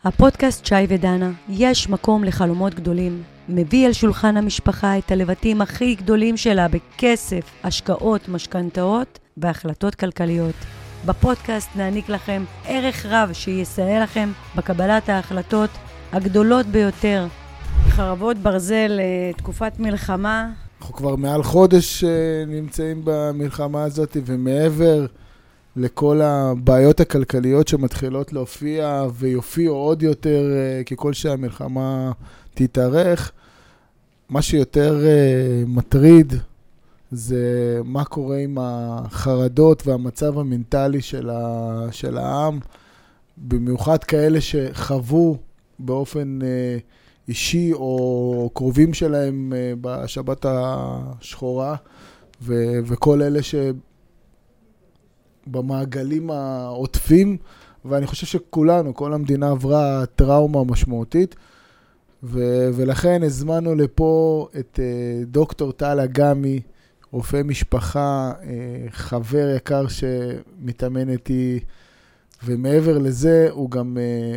הפודקאסט שי ודנה, יש מקום לחלומות גדולים. מביא אל שולחן המשפחה את הלבטים הכי גדולים שלה בכסף, השקעות, משכנתאות והחלטות כלכליות. בפודקאסט נעניק לכם ערך רב שיסייע לכם בקבלת ההחלטות הגדולות ביותר. חרבות ברזל, תקופת מלחמה. אנחנו כבר מעל חודש נמצאים במלחמה הזאת, ומעבר לכל הבעיות הכלכליות שמתחילות להופיע ויופיעו עוד יותר ככל שהמלחמה תתארך, מה שיותר מטריד זה מה קורה עם החרדות והמצב המנטלי של העם, במיוחד כאלה שחוו באופן אישי או קרובים שלהם בשבת השחורה, וכל אלה שבמעגלים העוטפים, ואני חושב שכולנו, כל המדינה עברה טראומה משמעותית, ולכן הזמנו לפה את דוקטור טל אגמי, רופא משפחה, חבר יקר שמתאמן איתי, ומעבר לזה הוא גם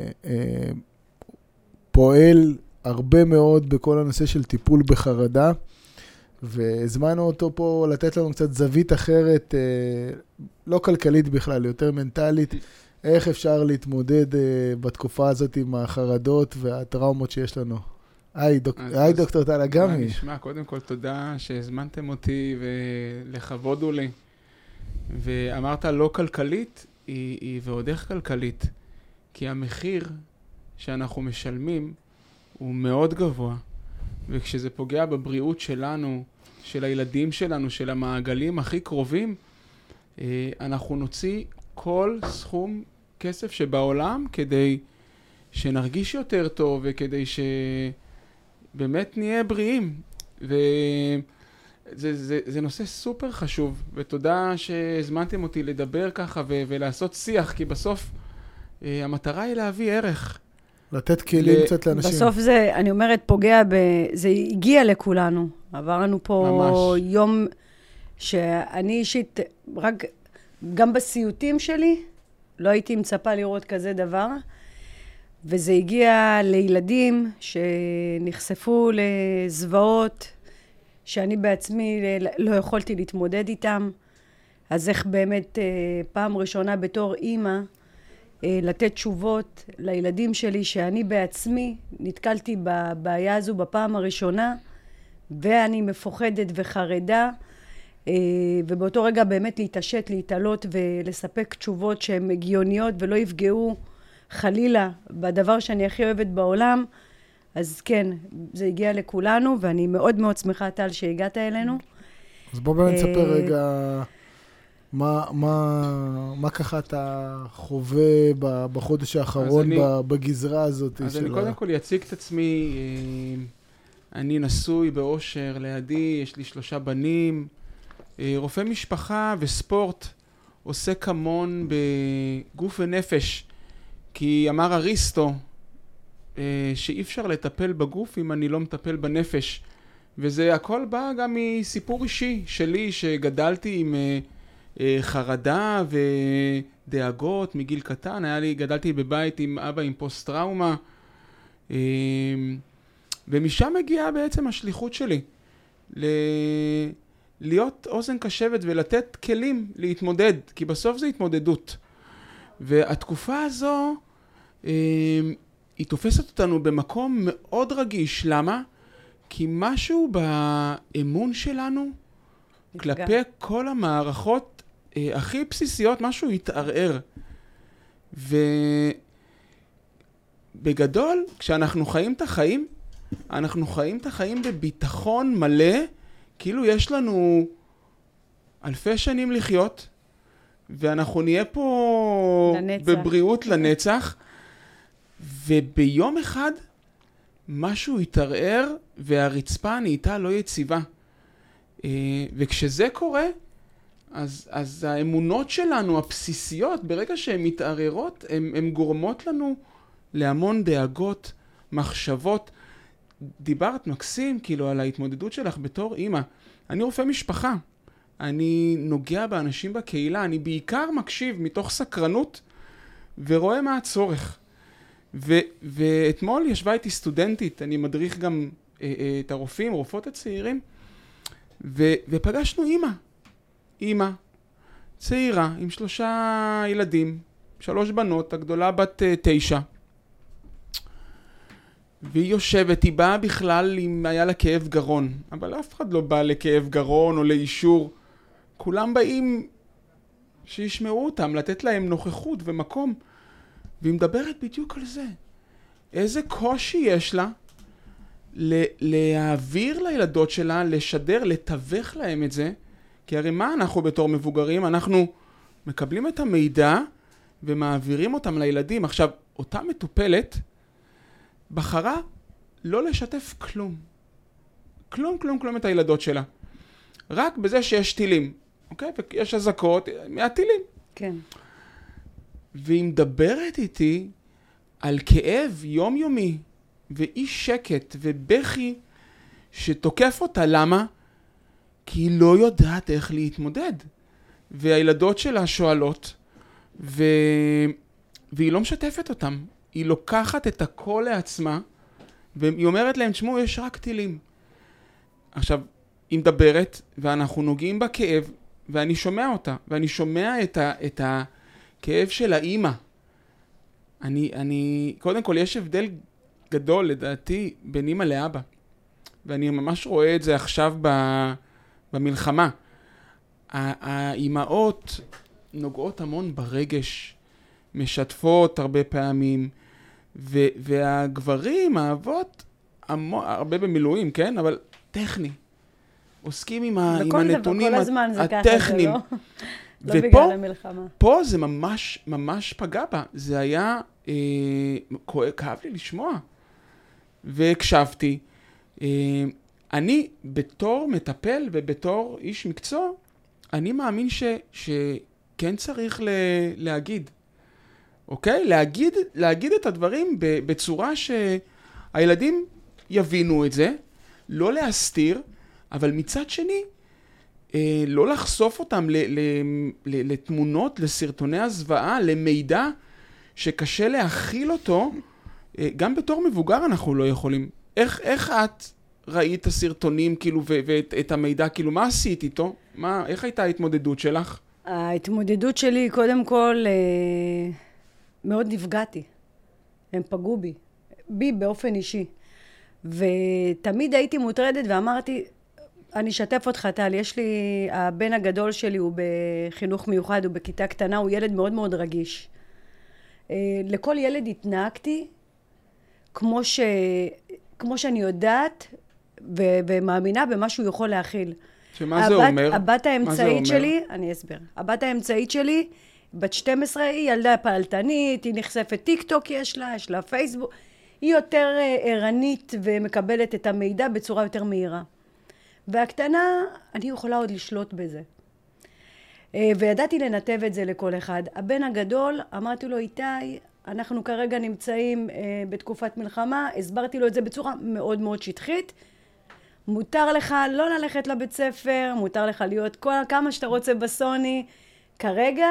פועל הרבה מאוד בכל הנושא של טיפול בחרדה, והזמנו אותו פה לתת לנו קצת זווית אחרת, לא כלכלית בכלל, יותר מנטלית, איך אפשר להתמודד בתקופה הזאת עם החרדות והטראומות שיש לנו. היי דוקטור טל אגמי. מה נשמע? קודם כל תודה שהזמנתם אותי ולכבודו לי. ואמרת לא כלכלית, היא ועוד איך כלכלית. כי המחיר שאנחנו משלמים הוא מאוד גבוה. וכשזה פוגע בבריאות שלנו, של הילדים שלנו, של המעגלים הכי קרובים, אנחנו נוציא כל סכום כסף שבעולם כדי שנרגיש יותר טוב וכדי שבאמת נהיה בריאים. וזה נושא סופר חשוב, ותודה שהזמנתם אותי לדבר ככה ולעשות שיח, כי בסוף המטרה היא להביא ערך. לתת כלים קצת לאנשים. בסוף זה, אני אומרת, פוגע זה הגיע לכולנו. עברנו פה ממש. יום שאני אישית, רק גם בסיוטים שלי, לא הייתי מצפה לראות כזה דבר, וזה הגיע לילדים שנחשפו לזוועות, שאני בעצמי לא יכולתי להתמודד איתם, אז איך באמת פעם ראשונה בתור אימא, לתת תשובות לילדים שלי, שאני בעצמי נתקלתי בבעיה הזו בפעם הראשונה, ואני מפוחדת וחרדה, ובאותו רגע באמת להתעשת, להתעלות ולספק תשובות שהן הגיוניות ולא יפגעו חלילה בדבר שאני הכי אוהבת בעולם. אז כן, זה הגיע לכולנו, ואני מאוד מאוד שמחה טל שהגעת אלינו. אז בוא באמת נספר רגע מה ככה אתה חווה בחודש האחרון בגזרה הזאת. אז אני קודם כל אציג את עצמי. אני נשוי באושר, לידי יש לי 3 בנים, רופא משפחה וספורט, עוסק המון בגוף ונפש, כי אמר אריסטו שאי אפשר לטפל בגוף אם אני לא מטפל בנפש, וזה הכל בא גם מסיפור אישי שלי, שגדלתי עם חרדה ודאגות מגיל קטן. גדלתי בבית עם אבא עם פוסט טראומה, ומשם הגיעה בעצם השליחות שלי, להיות אוזן קשבת ולתת כלים להתמודד, כי בסוף זה התמודדות. והתקופה הזו, היא תופסת אותנו במקום מאוד רגיש. למה? כי משהו באמון שלנו, כלפי כל המערכות הכי בסיסיות, משהו התערער. ובגדול, כשאנחנו חיים את החיים, אנחנו חיים את החיים בביטחון מלא, כאילו יש לנו אלפי שנים לחיות, ואנחנו נהיה פה לנצח. בבריאות לנצח, וביום אחד משהו התערער, והרצפה נהייתה לא יציבה. וכשזה קורה, אז האמונות שלנו, הבסיסיות, ברגע שהן מתערערות, הן גורמות לנו להמון דאגות, מחשבות. דיברת מקסים כאילו על ההתמודדות שלך בתור אימא. אני רופא משפחה. אני נוגע באנשים בקהילה. אני בעיקר מקשיב מתוך סקרנות ורואה מה הצורך. ואתמול ישבה איתי סטודנטית, אני מדריך גם את הרופאים, רופאות הצעירים, ופגשנו אימא, צעירה, עם 3 ילדים, 3 בנות, הגדולה בת 9. והיא יושבת, היא באה בכלל אם היה לה כאב גרון, אבל אף אחד לא בא לכאב גרון או לאישור. כולם באים שישמעו אותם, לתת להם נוכחות ומקום. והיא מדברת בדיוק על זה. איזה קושי יש לה להעביר לילדות שלה, לשדר, לתווך להם את זה. כי הרי מה אנחנו בתור מבוגרים? אנחנו מקבלים את המידע ומעבירים אותם לילדים. עכשיו, אותה מטופלת בחרה לא לשתף כלום. כלום את הילדות שלה. רק בזה שיש טילים. אוקיי? ויש אזעקות מהטילים. כן. והיא מדברת איתי על כאב יומיומי ואי שקט ובכי שתוקף אותה. למה? כי היא לא יודעת איך להתמודד. והילדות שלה שואלות, והיא לא משתפת אותם. היא לוקחת את הכל לעצמה, והיא אומרת להם, תשמעו, יש רק טילים. עכשיו, היא מדברת, ואנחנו נוגעים בכאב, ואני שומע אותה, ואני שומע את הכאב של האמא. קודם כל, יש הבדל גדול, לדעתי, בין אמא לאבא. ואני ממש רואה את זה עכשיו במלחמה. האימהות נוגעות המון ברגש, משתפות הרבה פעמים, והגברים, האבות, הרבה במילואים, כן? אבל טכני. עוסקים עם הנתונים הטכניים. לא בגלל המלחמה. פה זה ממש פגע בה. זה היה, כאב לי לשמוע. והקשבתי. אני בתור מטפל ובתור איש מקצוע, אני מאמין שכן צריך להגיד. אוקיי? להגיד את הדברים בצורה שהילדים יבינו את זה, לא להסתיר, אבל מצד שני, לא לחשוף אותם לתמונות, לסרטוני הזוועה, למידע שקשה להכיל אותו. גם בתור מבוגר אנחנו לא יכולים. איך את ראית את הסרטונים כאילו, ואת המידע, כאילו, מה עשית איתו? איך הייתה ההתמודדות שלך? ההתמודדות שלי, קודם כל, מאוד נפגעתי. הם פגעו בי באופן אישי. ותמיד הייתי מוטרדת ואמרתי, אני אשתף אותך, טל, יש לי, הבן הגדול שלי הוא בחינוך מיוחד, הוא בכיתה קטנה, הוא ילד מאוד מאוד רגיש. לכל ילד התנהגתי כמו שאני יודעת ומאמינה במה שהוא יכול להכיל. שמה זה אומר? הבת האמצעית שלי, אני אסביר. הבת האמצעית שלי, בת 12, היא ילדה פעלתנית, היא נחשפת טיק טוק יש לה פייסבוק, היא יותר ערנית ומקבלת את המידע בצורה יותר מהירה. והקטנה, אני יכולה עוד לשלוט בזה. וידעתי לנתב את זה לכל אחד. הבן הגדול, אמרתי לו, איתי, אנחנו כרגע נמצאים בתקופת מלחמה, הסברתי לו את זה בצורה מאוד מאוד שטחית. מותר לך לא ללכת לבית ספר, מותר לך להיות כמה שאתה רוצה בסוני. כרגע,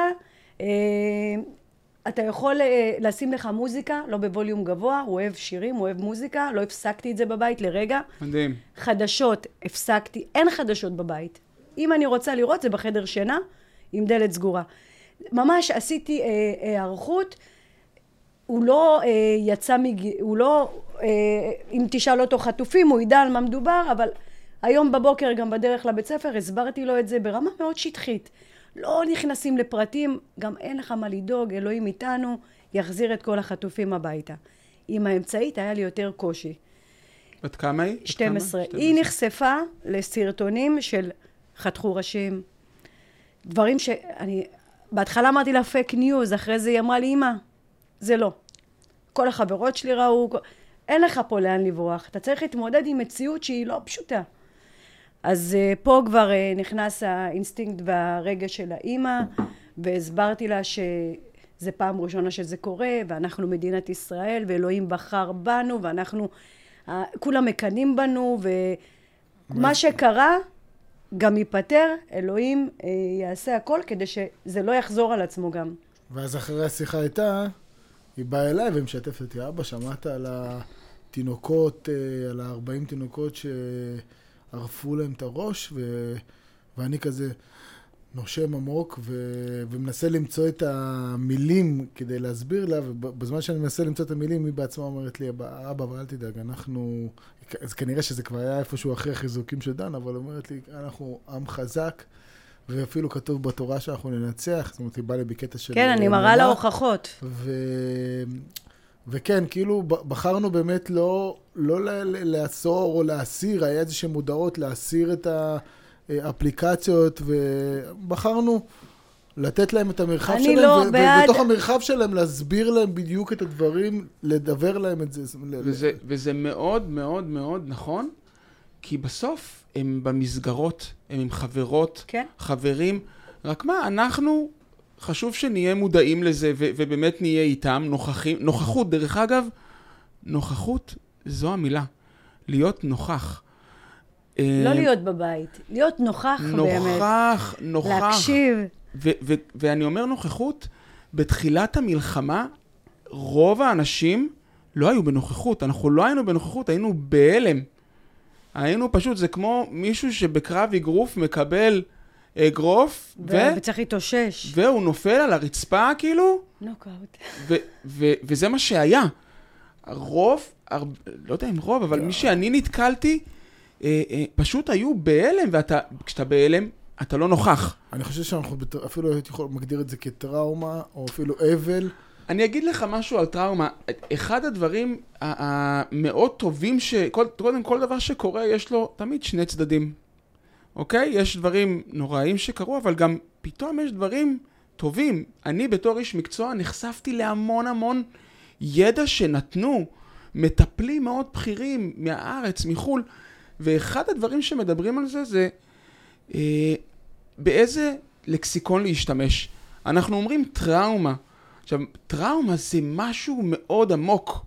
אתה יכול לשים לך מוזיקה, לא בווליום גבוה, הוא אוהב שירים, הוא אוהב מוזיקה, לא הפסקתי את זה בבית לרגע. מדהים. חדשות, הפסקתי, אין חדשות בבית. אם אני רוצה לראות, זה בחדר שינה, עם דלת סגורה. ממש עשיתי הערכות, הוא לא יצא הוא לא, אם תשאל אותו חטופים, הוא ידע על מה מדובר, אבל היום בבוקר, גם בדרך לבית ספר, הסברתי לו את זה ברמה מאוד שטחית. לא נכנסים לפרטים, גם אין לך מה לדאוג, אלוהים איתנו, יחזיר את כל החטופים הביתה. עם האמצעית היה לי יותר קושי. בת כמה היא? 12. היא נחשפה לסרטונים של חתכו ראשים, דברים בהתחלה אמרתי לה פייק ניוז, אחרי זה היא אמרה לי, אמא, זה לא. כל החברות שלי ראו, אין לך פה לאן לברוח, אתה צריך להתמודד עם מציאות שהיא לא פשוטה. אז פה כבר נכנס האינסטינקט והרגש של האמא, והסברתי לה שזה פעם ראשונה שזה קורה, ואנחנו מדינת ישראל, ואלוהים בחר בנו, ואנחנו, כולם מקנים בנו, ומה שקרה גם ייפטר, אלוהים יעשה הכל, כדי שזה לא יחזור על עצמו גם. ואז אחרי השיחה איתה, היא באה אליי ומשתפת אותי, אבא, שמעת על התינוקות, על 40 תינוקות שערפו להם את הראש, ואני כזה נושם עמוק ומנסה למצוא את המילים כדי להסביר לה, ובזמן שאני מנסה למצוא את המילים, היא בעצמה אומרת לי, אבא, אבל אל תדאג, אנחנו, אז כנראה שזה כבר היה איפשהו אחרי חיזוקים של דן, אבל אומרת לי, אנחנו עם חזק, ואפילו כתוב בתורה שאנחנו ננצח, זאת אומרת, היא באה לי בקטע של... כן, אני מראה לה הוכחות. וכן, כאילו, בחרנו באמת לא לעצור או להסיר, היה איזושהי מודעות להסיר את האפליקציות, ובחרנו לתת להם את המרחב שלהם, לא ובתוך המרחב שלהם להסביר להם בדיוק את הדברים, לדבר להם את זה. וזה מאוד מאוד מאוד נכון, כי בסוף הם במסגרות, הם עם חברות, כן. חברים, רק מה, אנחנו חשוב שנהיה מודעים לזה, ובאמת נהיה איתם, נוכחות, דרך אגב, נוכחות זו המילה, להיות נוכח. לא להיות בבית, להיות נוכח באמת. נוכח. להקשיב. ואני אומר נוכחות, בתחילת המלחמה, רוב האנשים לא היו בנוכחות, אנחנו לא היינו בנוכחות, היינו בהלם. היינו פשוט, זה כמו מישהו שבקרב אגרוף מקבל אגרוף, וצריך להתאושש. והוא נופל על הרצפה כאילו. נוקאוט. וזה מה שהיה. הרוב, לא יודע אם רוב, אבל מי שאני נתקלתי, פשוט היו בהלם, וכשאתה בהלם, אתה לא נוכח. אני חושב שאנחנו אפילו הייתי יכול מגדיר את זה כטראומה, או אפילו אבל. אני אגיד לך משהו על טראומה. אחד הדברים המאוד טובים קודם כל דבר שקורה, יש לו תמיד שני צדדים. אוקיי? יש דברים נוראים שקרו, אבל גם פתאום יש דברים טובים. אני בתור איש מקצוע נחשפתי להמון המון ידע שנתנו מטפלים מאוד בכירים מהארץ, מחול. ואחד הדברים שמדברים על זה, זה באיזה לקסיקון להשתמש. אנחנו אומרים טראומה. עכשיו, טראומה זה משהו מאוד עמוק.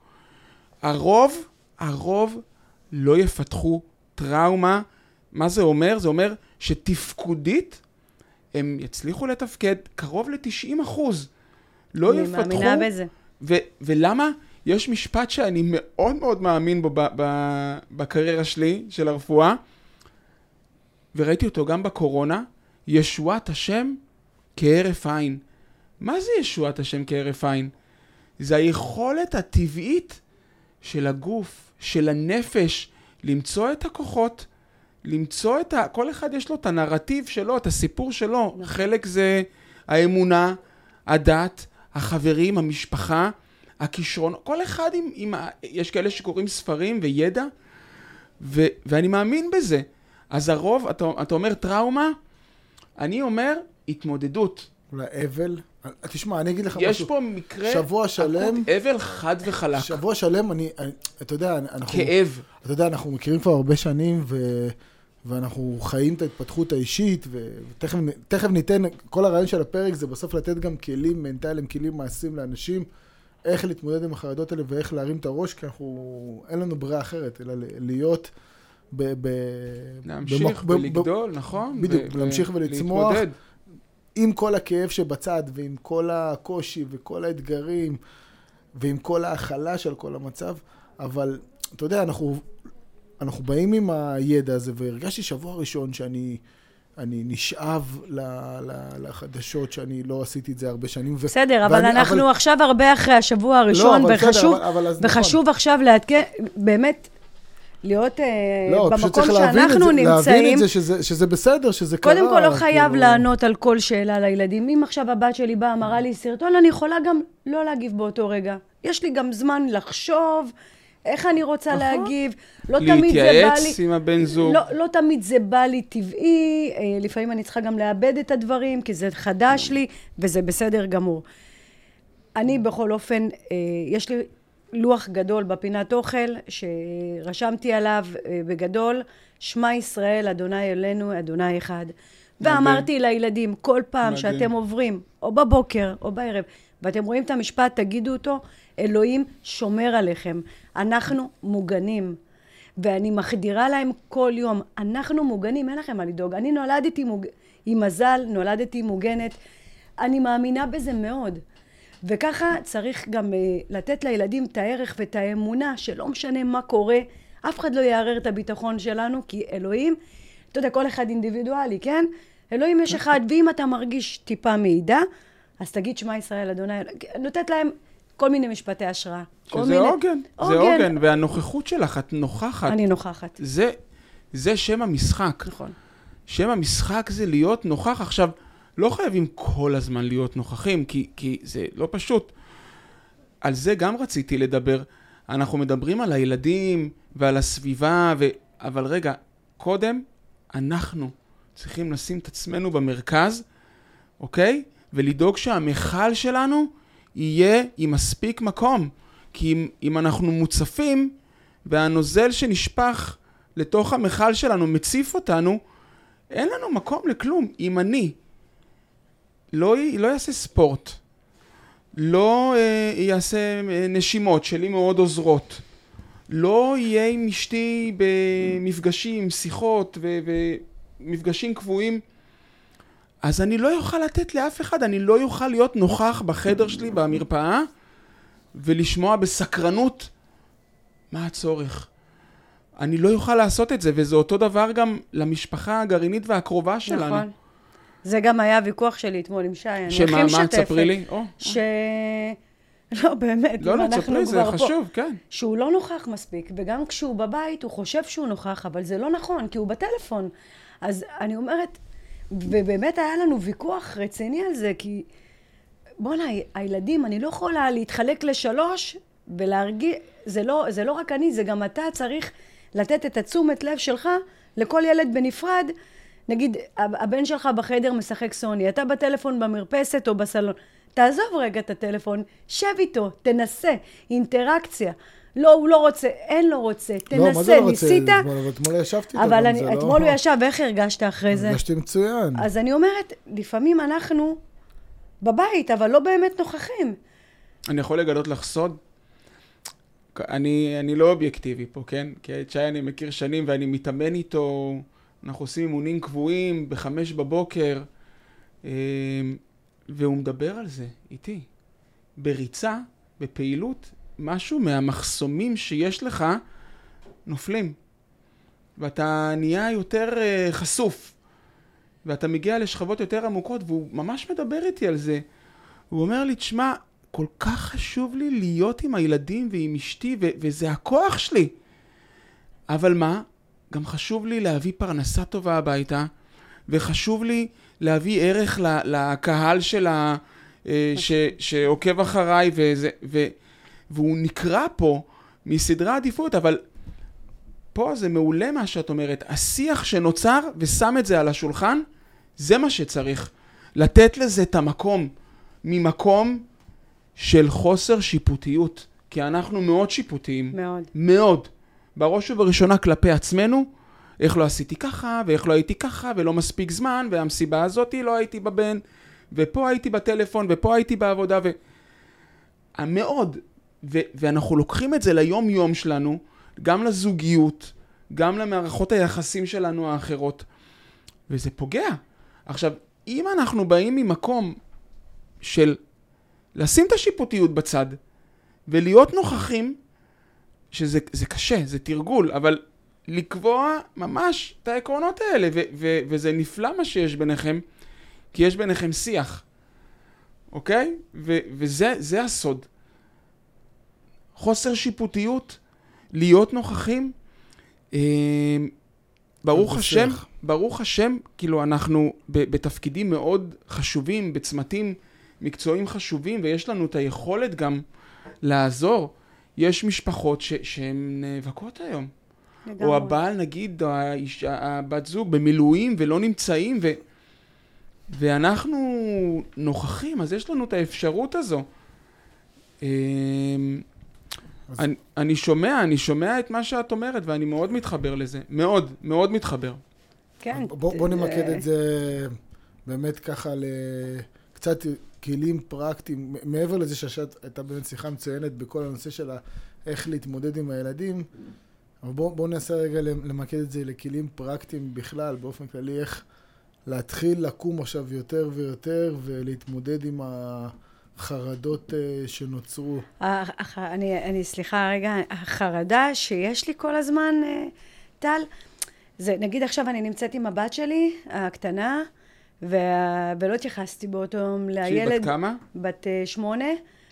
הרוב לא יפתחו טראומה. מה זה אומר? זה אומר שתפקודית הם יצליחו לתפקד קרוב ל-90%. לא יפתחו. אני מאמינה בזה. ולמה? יש משפט שאני מאוד מאוד מאמין בו בקריירה שלי, של הרפואה, וראיתי אותו גם בקורונה, ישועת השם כהרף עין. מה זה ישועת השם כהרף עין? זה היכולת הטבעית של הגוף, של הנפש, למצוא את הכוחות, למצוא את כל אחד יש לו את הנרטיב שלו, את הסיפור שלו. חלק זה האמונה, הדת, החברים, המשפחה, הכישרון, כל אחד יש כאלה שקוראים ספרים וידע, ואני מאמין בזה. אז הרוב, אתה אומר טראומה, אני אומר התמודדות. אולי אבל. תשמע, אני אגיד לך משהו. יש פה מקרה, שבוע שלם, אבל חד וחלק. שבוע שלם, אתה יודע, כאב. אתה יודע, אנחנו מכירים כבר הרבה שנים, ואנחנו חיים את ההתפתחות האישית, ותכף ניתן, כל הרעיון של הפרק זה בסוף לתת גם כלים מנטליים, כלים מעשיים לאנשים, איך להתמודד עם החרדות האלה ואיך להרים את הראש, כי אין לנו ברירה אחרת, אלא להיות להמשיך ולגדול, נכון? בדיוק, להמשיך ולצמוח. עם כל הכאב שבצד, ועם כל הקושי וכל האתגרים, ועם כל ההכלה של כל המצב, אבל אתה יודע, אנחנו באים עם הידע הזה, והרגשתי שבוע ראשון שאני נשאב לחדשות, שאני לא עשיתי את זה הרבה שנים. בסדר, אבל אנחנו עכשיו הרבה אחרי השבוע הראשון, וחשוב עכשיו לעדכן, באמת, להיות במקום שאנחנו נמצאים. להבין את זה, שזה בסדר, שזה קרה. קודם כל לא חייב לענות על כל שאלה לילדים. אם עכשיו הבת שלי באה, אמרה לי סרטון, אני יכולה גם לא להגיב באותו רגע. יש לי גם זמן לחשוב איך אני רוצה להגיב. להתייעץ עם הבן זוג. לא תמיד זה בא לי טבעי, לפעמים אני צריכה גם לאבד את הדברים, כי זה חדש לי, וזה בסדר גמור. אני בכל אופן, יש לי לוח גדול בפינת אוכל, שרשמתי עליו בגדול, שמע ישראל, אדוני אלנו, אדוני אחד. ואמרתי לילדים, כל פעם שאתם עוברים, או בבוקר, או בערב, ואתם רואים את המשפט, תגידו אותו, אלוהים שומר עליכם. אנחנו מוגנים. ואני מחדירה להם כל יום, אנחנו מוגנים, אין לכם מה לדאוג. אני נולדתי עם מזל, נולדתי מוגנת. אני מאמינה בזה מאוד. וככה צריך גם לתת לילדים את הערך ואת האמונה שלא משנה מה קורה, אף אחד לא יערער את הביטחון שלנו, כי אלוהים, אתה יודע, כל אחד אינדיבידואלי, כן? אלוהים יש אחד, ואם אתה מרגיש טיפה מידע, אז תגיד שמע ישראל, אדוני, נותנת להם כל מיני משפטי השראה. שזה עוגן, זה עוגן, והנוכחות שלך, את נוכחת. אני נוכחת. זה שם המשחק. נכון. שם המשחק זה להיות נוכח. עכשיו, לא חייבים כל הזמן להיות נוכחים, כי זה לא פשוט. על זה גם רציתי לדבר. אנחנו מדברים על הילדים ועל הסביבה, אבל רגע, קודם אנחנו צריכים לשים את עצמנו במרכז, אוקיי? ולדאוג שהמחל שלנו יהיה עם מספיק מקום. כי אם אנחנו מוצפים, והנוזל שנשפך לתוך המחל שלנו מציף אותנו, אין לנו מקום לכלום. אם אני לא יעשה ספורט, לא יעשה נשימות שלי מאוד עוזרות, לא יהיה עם אשתי במפגשים, שיחות ומפגשים קבועים, אז אני לא יוכל לתת לאף אחד, אני לא יוכל להיות נוכח בחדר שלי במרפאה, ולשמוע בסקרנות מה הצורך. אני לא יוכל לעשות את זה, וזה אותו דבר גם למשפחה הגרעינית והקרובה שלנו. נכון. זה גם היה ויכוח שלי אתמול עם שי, אני הכי משתפת. מה, תספרי לי? לא, באמת. לא, תספרי, זה חשוב, כן. שהוא לא נוכח מספיק, וגם כשהוא בבית, הוא חושב שהוא נוכח, אבל זה לא נכון, כי הוא בטלפון. אז אני אומרת, ובאמת היה לנו ויכוח רציני על זה, כי בוא'נה, הילדים, אני לא יכולה להתחלק לשלוש, ולהרגיש, זה לא רק אני, זה גם אתה צריך לתת את התשומת לב שלך לכל ילד בנפרד. נגיד, הבן שלך בחדר משחק סוני, אתה בטלפון במרפסת או בסלון, תעזוב רגע את הטלפון, שב איתו, תנסה, אינטראקציה. לא, הוא לא רוצה, אין לו רוצה, תנסה, ניסית. אתמול ישבתי איתו. אבל אתמול הוא ישב, איך הרגשת אחרי זה? הרגשתי מצוין. אז אני אומרת, לפעמים אנחנו בבית, אבל לא באמת נוכחים. אני יכול לגלות לך סוד? אני לא אובייקטיבי פה, כן? כי את שי אני מכיר שנים ואני מתאמן איתו, אנחנו עושים אימונים קבועים ב5 בבוקר, והוא מדבר על זה איתי. בריצה, בפעילות, משהו מהמחסומים שיש לך נופלים. ואתה נהיה יותר חשוף. ואתה מגיע לשכבות יותר עמוקות, והוא ממש מדבר איתי על זה. הוא אומר לי, תשמע, כל כך חשוב לי להיות עם הילדים ועם אשתי, וזה הכוח שלי. אבל מה? גם חשוב לי להביא פרנסה טובה הביתה, וחשוב לי להביא ערך לקהל שלה, שעוקב אחריי, והוא נקרא פה מסדרי עדיפות, אבל פה זה מעולה מה שאת אומרת. השיח שנוצר ושם את זה על השולחן, זה מה שצריך. לתת לזה את המקום, ממקום של חוסר שיפוטיות, כי אנחנו מאוד שיפוטיים. מאוד. מאוד. בראש ובראשונה כלפי עצמנו, איך לא עשיתי ככה, ואיך לא הייתי ככה, ולא מספיק זמן, והמסיבה הזאת לא הייתי בבן, ופה הייתי בטלפון, ופה הייתי בעבודה, מאוד. ואנחנו לוקחים את זה ליום יום שלנו, גם לזוגיות, גם למערכות היחסים שלנו האחרות, וזה פוגע. עכשיו, אם אנחנו באים ממקום של לשים את השיפוטיות בצד, ולהיות נוכחים, שזה קשה, זה תרגול, אבל לקבוע ממש את העקרונות האלה, וזה נפלא מה שיש ביניכם, כי יש ביניכם שיח, אוקיי? וזה הסוד. חוסר שיפוטיות, להיות נוכחים, ברוך השם, כאילו אנחנו בתפקידים מאוד חשובים, בצמתים מקצועיים חשובים, ויש לנו את היכולת גם לעזור. יש משפחות שהן נאבקות היום. לגמרי. או הבעל, נגיד, או הבת זוג במילואים ולא נמצאים, ואנחנו נוכחים, אז יש לנו את האפשרות הזו. אני שומע את מה שאת אומרת, ואני מאוד מתחבר לזה. מאוד, מאוד מתחבר. כן. בוא נמקד את זה באמת ככה לקצת כלים פרקטיים, מעבר לזה שהשעת הייתה באמת שיחה מצוינת בכל הנושא של איך להתמודד עם הילדים, אבל בוא ננסה רגע למקד את זה לכלים פרקטיים בכלל, באופן כללי, איך להתחיל לקום עכשיו יותר ויותר ולהתמודד עם חרדות שנוצרו? אני סליחה רגע, החרדה שיש לי כל הזמן, טל, זה, נגיד עכשיו אני נמצאת עם הבת שלי, הקטנה, ולא התייחסתי באותו יום לילד. שהיא בת כמה? בת 8,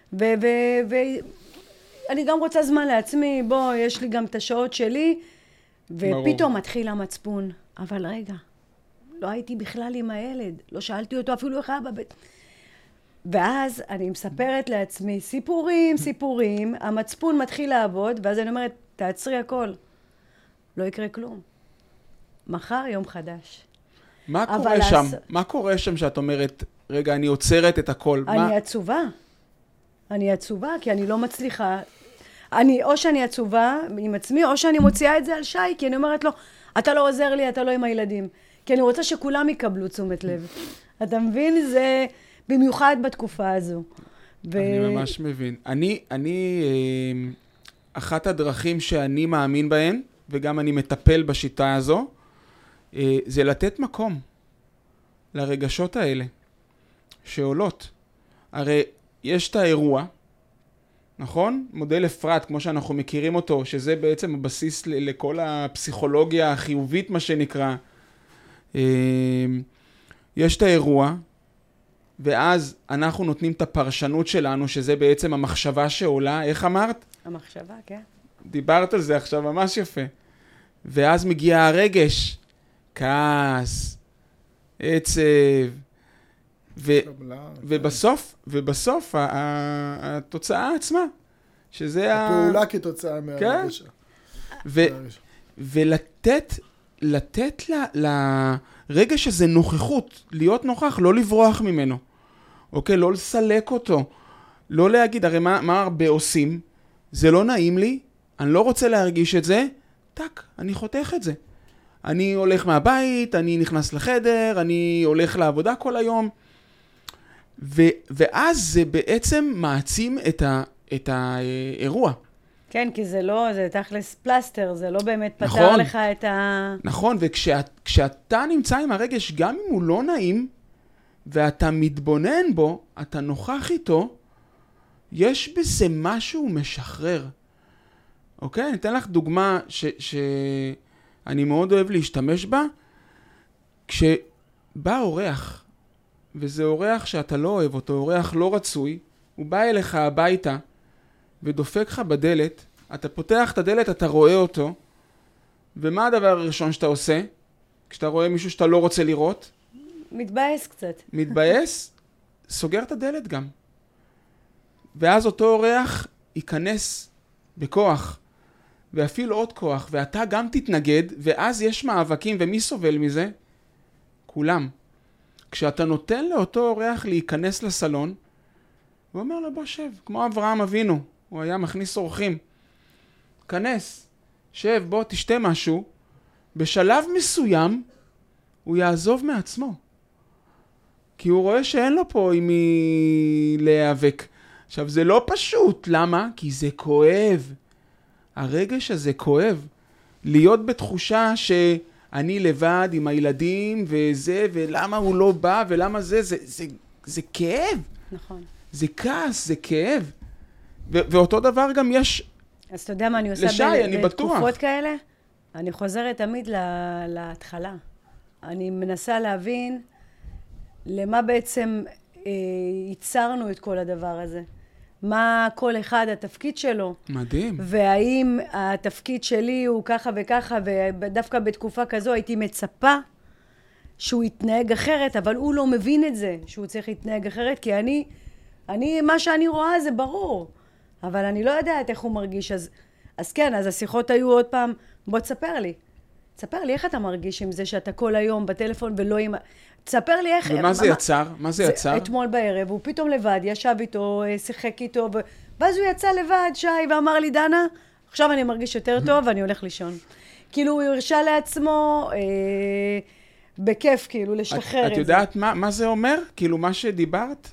ואני גם רוצה זמן לעצמי, בוא, יש לי גם את השעות שלי, ופתאום מתחיל המצפון. אבל רגע, לא הייתי בכלל עם הילד, לא שאלתי אותו אפילו איך היה בבית. ואז אני מספרת לעצמי סיפורים, המצפון מתחיל לעבוד, ואז אני אומרת, תעצרי הכל. לא יקרה כלום. מחר יום חדש. מה קורה שם? מה קורה שם שאת אומרת, רגע, אני עוצרת את הכל? אני עצובה, כי אני לא מצליחה. או שאני עצובה עם עצמי, או שאני מוציאה את זה על שי, כי אני אומרת לו, אתה לא עוזר לי, אתה לא עם הילדים. כי אני רוצה שכולם יקבלו תשומת לב. אתה מבין? זה במיוחד בתקופה הזו. אני ממש מבין. אחת הדרכים שאני מאמין בהן, וגם אני מטפל בשיטה הזו, זה לתת מקום לרגשות האלה שעולות. הרי יש את האירוע, נכון? מודל אפרת, כמו שאנחנו מכירים אותו, שזה בעצם הבסיס לכל הפסיכולוגיה החיובית, מה שנקרא. יש את האירוע, ואז אנחנו נותנים את הפרשנות שלנו, שזה בעצם המחשבה שעולה. איך אמרת? המחשבה, כן. דיברת על זה עכשיו ממש יפה. ואז מגיע הרגש, כעס, עצב, ובסוף התוצאה עצמה, שזה הפעולה כתוצאה מהרגש. ולתת לרגש הזה נוכחות, להיות נוכח, לא לברוח ממנו. אוקיי? לא לסלק אותו. לא להגיד, הרי מה הרבה עושים? זה לא נעים לי, אני לא רוצה להרגיש את זה, טק, אני חותך את זה. אני הולך מהבית, אני נכנס לחדר, אני הולך לעבודה כל היום, ואז זה בעצם מעצים את האירוע. כן, כי זה לא, זה תכלס פלסטר, זה לא באמת פתר לך את נכון, וכשאתה נמצא עם הרגש, גם אם הוא לא נעים, ואתה מתבונן בו, אתה נוכח איתו, יש בזה משהו משחרר. אוקיי? אני אתן לך דוגמה שאני מאוד אוהב להשתמש בה. כשבא אורח, וזה אורח שאתה לא אוהב אותו, אורח לא רצוי, הוא בא אליך הביתה, ודופק לך בדלת, אתה פותח את הדלת, אתה רואה אותו, ומה הדבר הראשון שאתה עושה? כשאתה רואה מישהו שאתה לא רוצה לראות? מתבאס קצת. מתבאס? סוגר את הדלת גם. ואז אותו אורח ייכנס בכוח, ואפילו עוד כוח, ואתה גם תתנגד, ואז יש מאבקים, ומי סובל מזה? כולם. כשאתה נותן לאותו אורח להיכנס לסלון, הוא אומר לו, בוא שב, כמו אברהם אבינו, הוא היה מכניס אורחים. כנס, שב, בוא תשתה משהו, בשלב מסוים, הוא יעזוב מעצמו. כי הוא רואה שאין לו פה עם מי להיאבק. עכשיו, זה לא פשוט. למה? כי זה כואב. הרגש הזה כואב. להיות בתחושה שאני לבד עם הילדים וזה, ולמה הוא לא בא, ולמה זה כאב. נכון. זה כעס, זה כאב. ואותו דבר גם יש אז אתה יודע מה אני עושה לשי, בתקופות כאלה? אני חוזרת תמיד להתחלה. אני מנסה להבין למה בעצם ייצרנו את כל הדבר הזה. מה כל אחד התפקיד שלו. מדהים. והאם התפקיד שלי הוא ככה וככה, ודווקא בתקופה כזו הייתי מצפה שהוא יתנהג אחרת, אבל הוא לא מבין את זה, שהוא צריך להתנהג אחרת, כי מה שאני רואה זה ברור, אבל אני לא יודעת איך הוא מרגיש. אז כן, אז השיחות היו עוד פעם, בוא תספר לי איך אתה מרגיש עם זה שאתה כל היום בטלפון ולא עם... תספר לי איך... ומה זה יצר? מה זה יצר? אתמול בערב, הוא פתאום לבד, ישב איתו, שיחק איתו, ואז הוא יצא לבד, שי, ואמר לי, דנה, עכשיו אני מרגיש יותר טוב ואני הולך לישון. כאילו הוא הרשה לעצמו בכיף, כאילו, לשחרר את זה. את יודעת מה זה אומר? כאילו, מה שדיברת,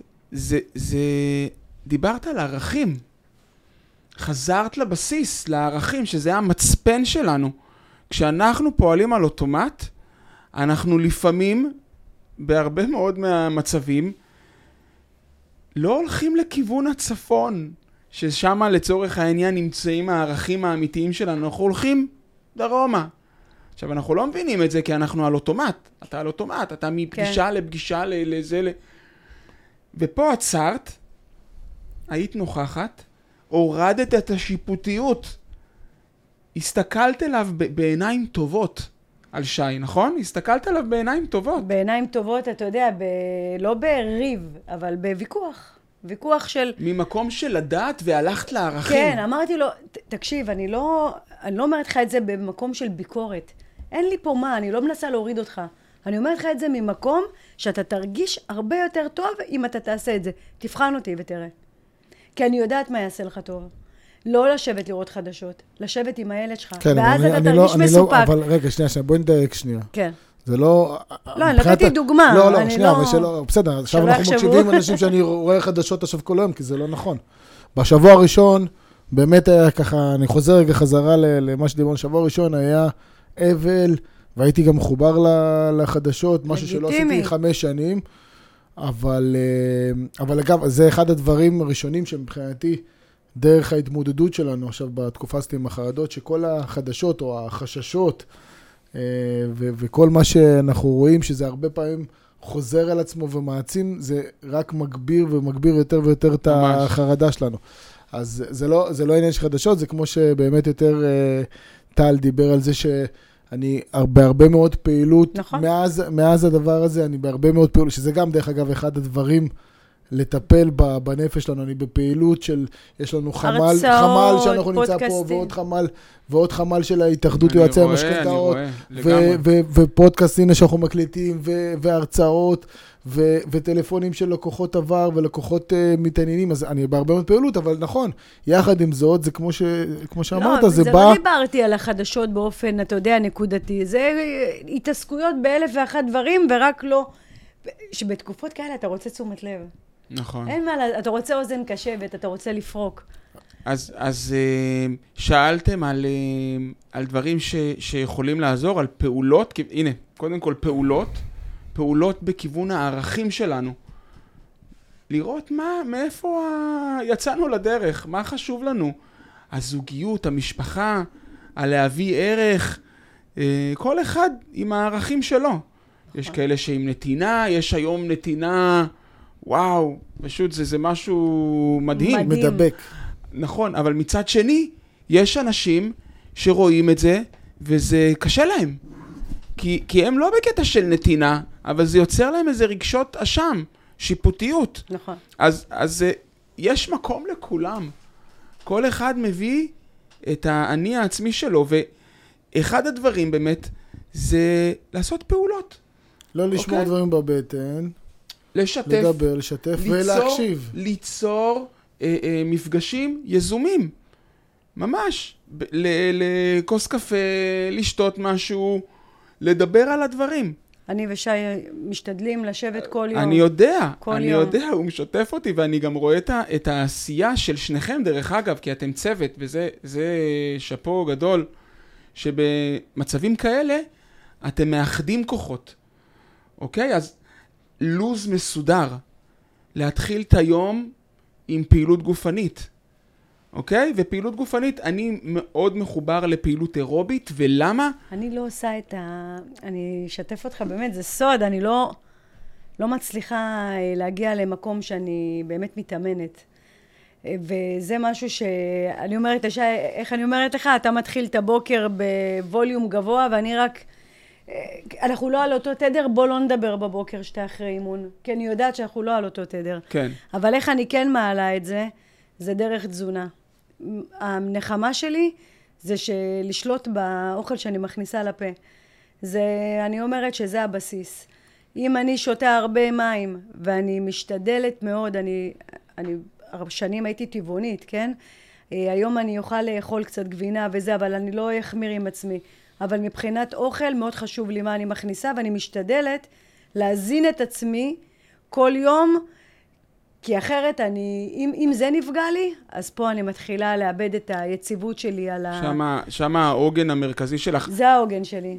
דיברת על ערכים. חזרת לבסיס, לערכים, שזה המצפן שלנו. כשאנחנו פועלים על אוטומט, אנחנו לפעמים, בהרבה מאוד מהמצבים, לא הולכים לכיוון הצפון, ששם לצורך העניין נמצאים הערכים האמיתיים שלנו, אנחנו הולכים דרומה. עכשיו, אנחנו לא מבינים את זה כי אנחנו על אוטומט. אתה על אוטומט, אתה מפגישה לפגישה לזה. ופה עצרת, היית נוכחת, הורדת את השיפוטיות, הסתכלת אליו בעיניים טובות על שי, נכון? הסתכלת עליו בעיניים טובות. בעיניים טובות, אתה יודע, לא בריב, אבל בוויכוח. ויכוח של... ממקום של לדעת והלכת לערכים. כן, אמרתי לו, תקשיב, אני לא אומרת לך את זה במקום של ביקורת. אין לי פה מה, אני לא מנסה להוריד אותך. אני אומרת לך את זה ממקום שאתה תרגיש הרבה יותר טוב אם אתה תעשה את זה. תבחן אותי ותראה. כי אני יודעת מה יעשה לך טוב. לא לשבת לראות חדשות, לשבת עם הילד שלך. כן, ואז אתה תרגיש מסופק. אבל רגע, שנייה, בואי נדייק שנייה. כן. זה לא... לא, אני נתתי דוגמה. לא, שנייה, בסדר, עכשיו אנחנו מקשיבים אנשים שאני רואה חדשות עכשיו כל היום, כי זה לא נכון. בשבוע הראשון, באמת היה ככה, אני חוזר רגע חזרה למה שדיברנו, שבוע הראשון היה אבל, והייתי גם מחובר לחדשות, משהו שלא עשיתי 5 שנים, אבל אגב, זה אחד הדברים הראשונים שמבחינתי, דרך ההתמודדות שלנו עכשיו בתקופה הזאת עם החרדות, שכל החדשות או החששות, וכל מה שאנחנו רואים שזה הרבה פעמים חוזר על עצמו ומעצים, זה רק מגביר ומגביר יותר ויותר את החרדה שלנו. אז זה לא עניין של חדשות, זה כמו שבאמת יותר טל דיבר על זה שאני בהרבה מאוד פעילות, נכון. מאז הדבר הזה, אני בהרבה מאוד פעילות, שזה גם דרך אגב אחד הדברים לטפל בנפש שלנו, אני בפעילות של, יש לנו חמל שאנחנו נמצא פה, ועוד חמל של ההתאחדות יועצי המשכנתאות, ופודקאסטים שאנחנו מקליטים, והרצאות, וטלפונים של לקוחות עבר, ולקוחות מתעניינים, אז אני בהרבה מאוד פעילות, אבל נכון, יחד עם זאת, זה כמו שאמרת, זה בא... לא דיברתי על החדשות באופן, אתה יודע, נקודתי, זה התעסקויות באלף ואחת דברים, ורק לא, שבתקופות כאלה אתה רוצה תשומת לב. נכון. אין מה, אתה רוצה אוזן קשבת, אתה רוצה לפרוק. אז שאלתם על דברים שיכולים לעזור, על פעולות, הנה, קודם כל פעולות בכיוון הערכים שלנו. לראות מאיפה יצאנו לדרך, מה חשוב לנו. הזוגיות, המשפחה, הלהביא ערך, כל אחד עם הערכים שלו. יש כאלה שעם נתינה, יש היום נתינה, וואו, פשוט זה משהו מדהים. מדבק. נכון, אבל מצד שני, יש אנשים שרואים את זה, וזה קשה להם. כי הם לא בקטע של נתינה, אבל זה יוצר להם איזה רגשות אשם, שיפוטיות. נכון. אז יש מקום לכולם. כל אחד מביא את האני העצמי שלו, ואחד הדברים באמת זה לעשות פעולות. לא לשמור דברים בבטן. לשתף. לדבר, לשתף ולהקשיב. ליצור מפגשים יזומים. ממש. לכוס קפה, לשתות משהו, לדבר על הדברים. אני ושי משתדלים לשבת כל יום. אני יודע, הוא משתף אותי, ואני גם רואה את העשייה של שניכם, דרך אגב, כי אתם צוות, וזה שפו גדול, שבמצבים כאלה, אתם מאחדים כוחות. אוקיי? אז לוז מסודר. להתחיל את היום עם פעילות גופנית. אוקיי? ופעילות גופנית, אני מאוד מחובר לפעילות אירובית, ולמה? אני לא עושה אני אשתף אותך, באמת, זה סוד, אני לא מצליחה להגיע למקום שאני באמת מתאמנת. וזה משהו שאני אומרת לשי, איך אני אומרת לך? אתה מתחיל את הבוקר בווליום גבוה, ואני רק... אנחנו לא על אותו תדר, בוא לא נדבר בבוקר שאתה אחרי אימון. כי אני יודעת שאנחנו לא על אותו תדר. כן. אבל איך אני כן מעלה את זה? זה דרך תזונה. הנחמה שלי זה לשלוט באוכל שאני מכניסה לפה. אני אומרת שזה הבסיס. אם אני שותה הרבה מים ואני משתדלת מאוד, אני שנים הייתי טבעונית, כן? היום אני אוכל לאכול קצת גבינה וזה, אבל אני לא אחמיר עם עצמי. אבל מבחינת אוכל מאוד חשוב לי מה אני מכניסה, ואני משתדלת להזין את עצמי כל יום, כי אחרת אם זה נפגע לי, אז פה אני מתחילה לאבד את היציבות שלי על שם העוגן המרכזי שלך. זה העוגן שלי.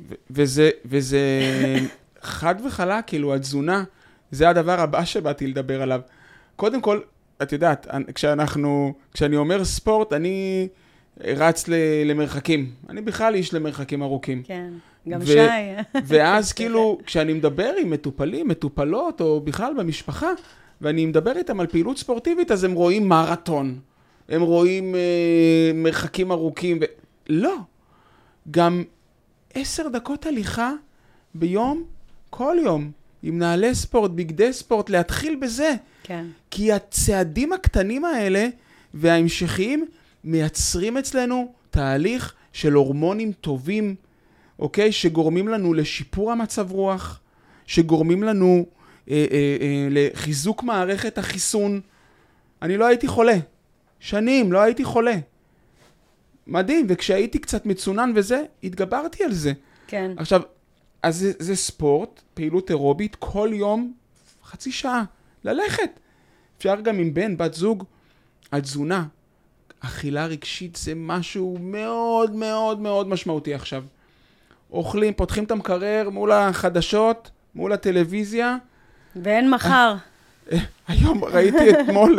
וזה חד וחלק, כאילו התזונה, זה הדבר הבא שבאתי לדבר עליו. קודם כל, את יודעת, כשאני אומר ספורט, אני רץ למרחקים. אני בכלל איש למרחקים ארוכים. כן, גם שי. ואז כאילו, כשאני מדבר עם מטופלים, מטופלות, או בכלל במשפחה, ואני מדבר איתם על פעילות ספורטיבית, אז הם רואים מרתון. הם רואים מרחקים ארוכים. לא. גם 10 דקות הליכה ביום, כל יום, עם נעלי ספורט, בגדי ספורט, להתחיל בזה. כן. כי הצעדים הקטנים האלה וההמשכיים מייצרים אצלנו תהליך של הורמונים טובים, אוקיי? שגורמים לנו לשיפור המצב רוח, שגורמים לנו לחיזוק מערכת החיסון. אני לא הייתי חולה. שנים לא הייתי חולה. מדהים, וכשהייתי קצת מצונן וזה, התגברתי על זה. כן. עכשיו, אז זה ספורט, פעילות אירובית, כל יום, חצי שעה, ללכת. אפשר גם עם בן, בת זוג, התזונה. אכילה רגשית זה משהו מאוד מאוד מאוד משמעותי עכשיו. אוכלים, פותחים את המקרר מול החדשות, מול הטלוויזיה. ואין מחר. היום ראיתי אתמול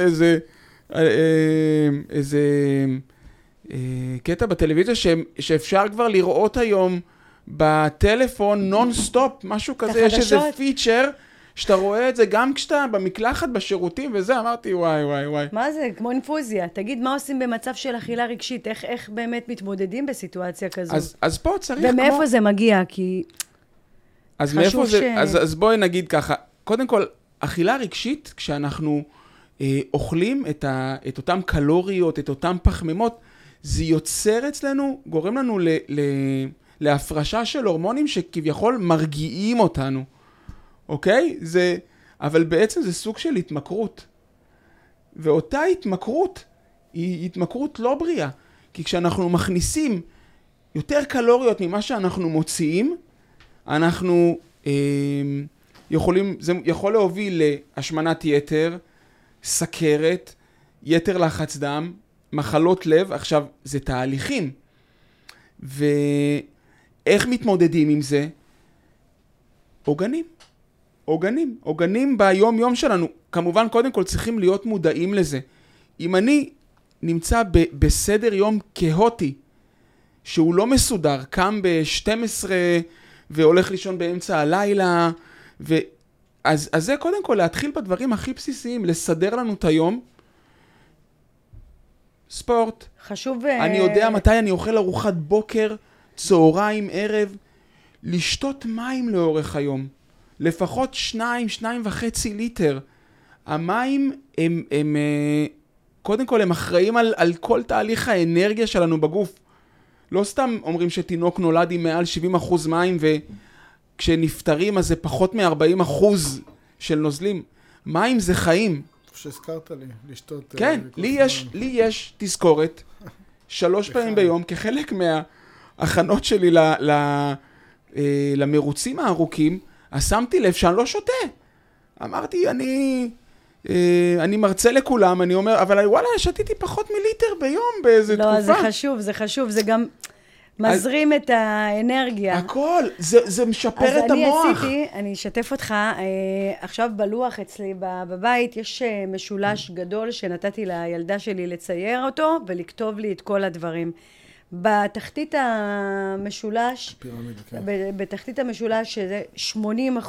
איזה קטע בטלוויזיה שאפשר כבר לראות היום בטלפון נון סטופ, משהו כזה, יש איזה פיצ'ר שאתה רואה את זה גם כשאתה במקלחת, בשירותים וזה, אמרתי וואי. מה זה? כמו אינפוזיה. תגיד, מה עושים במצב של אכילה רגשית? איך באמת מתמודדים בסיטואציה כזו? אז פה צריך ומאיפה זה מגיע? כי חשוב אז בואי נגיד ככה, קודם כל, אכילה רגשית, כשאנחנו אוכלים את אותם קלוריות, את אותם פחמימות, זה יוצר אצלנו, גורם לנו להפרשה של הורמונים שכביכול מרגיעים אותנו. אוקיי? אבל בעצם זה סוג של התמכרות. ואותה התמכרות היא התמכרות לא בריאה. כי כשאנחנו מכניסים יותר קלוריות ממה שאנחנו מוציאים, אנחנו זה יכול להוביל להשמנת יתר, סכרת, יתר לחץ דם, מחלות לב. עכשיו, זה תהליכים. ואיך מתמודדים עם זה? עוגנים ביום יום שלנו. כמובן, קודם כל צריכים להיות מודעים לזה. אם אני נמצא בסדר יום כהותי, שהוא לא מסודר, קם ב-12 והולך לישון באמצע הלילה, אז זה קודם כל להתחיל בדברים הכי בסיסיים, לסדר לנו את היום. ספורט. חשוב. אני יודע מתי אני אוכל ארוחת בוקר, צהריים, ערב. לשתות מים לאורך היום. לפחות 2.5 ליטר. המים הם קודם כל הם אחראים על כל תהליך האנרגיה שלנו בגוף. לא סתם אומרים שתינוק נולד עם מעל 70% מים, וכשנפטרים אז זה פחות מ-40% של נוזלים. מים זה חיים. שהזכרת לי, לשתות. כן, לי יש תזכורת 3 פעמים ביום, כחלק מההכנות שלי למרוצים הארוכים, אז שמתי לב שאני לא שותה. אמרתי, אני מרצה לכולם, אני אומר, אבל וואלה, שתיתי פחות מליטר ביום באיזה תקופה. לא, זה חשוב, זה גם מזרים את האנרגיה. הכל, זה משפר את המוח. אני אשתף אותך, עכשיו בלוח אצלי בבית, יש משולש גדול שנתתי לילדה שלי לצייר אותו, ולכתוב לי את כל הדברים. בתחתית המשולש, בתחתית המשולש שזה 80%,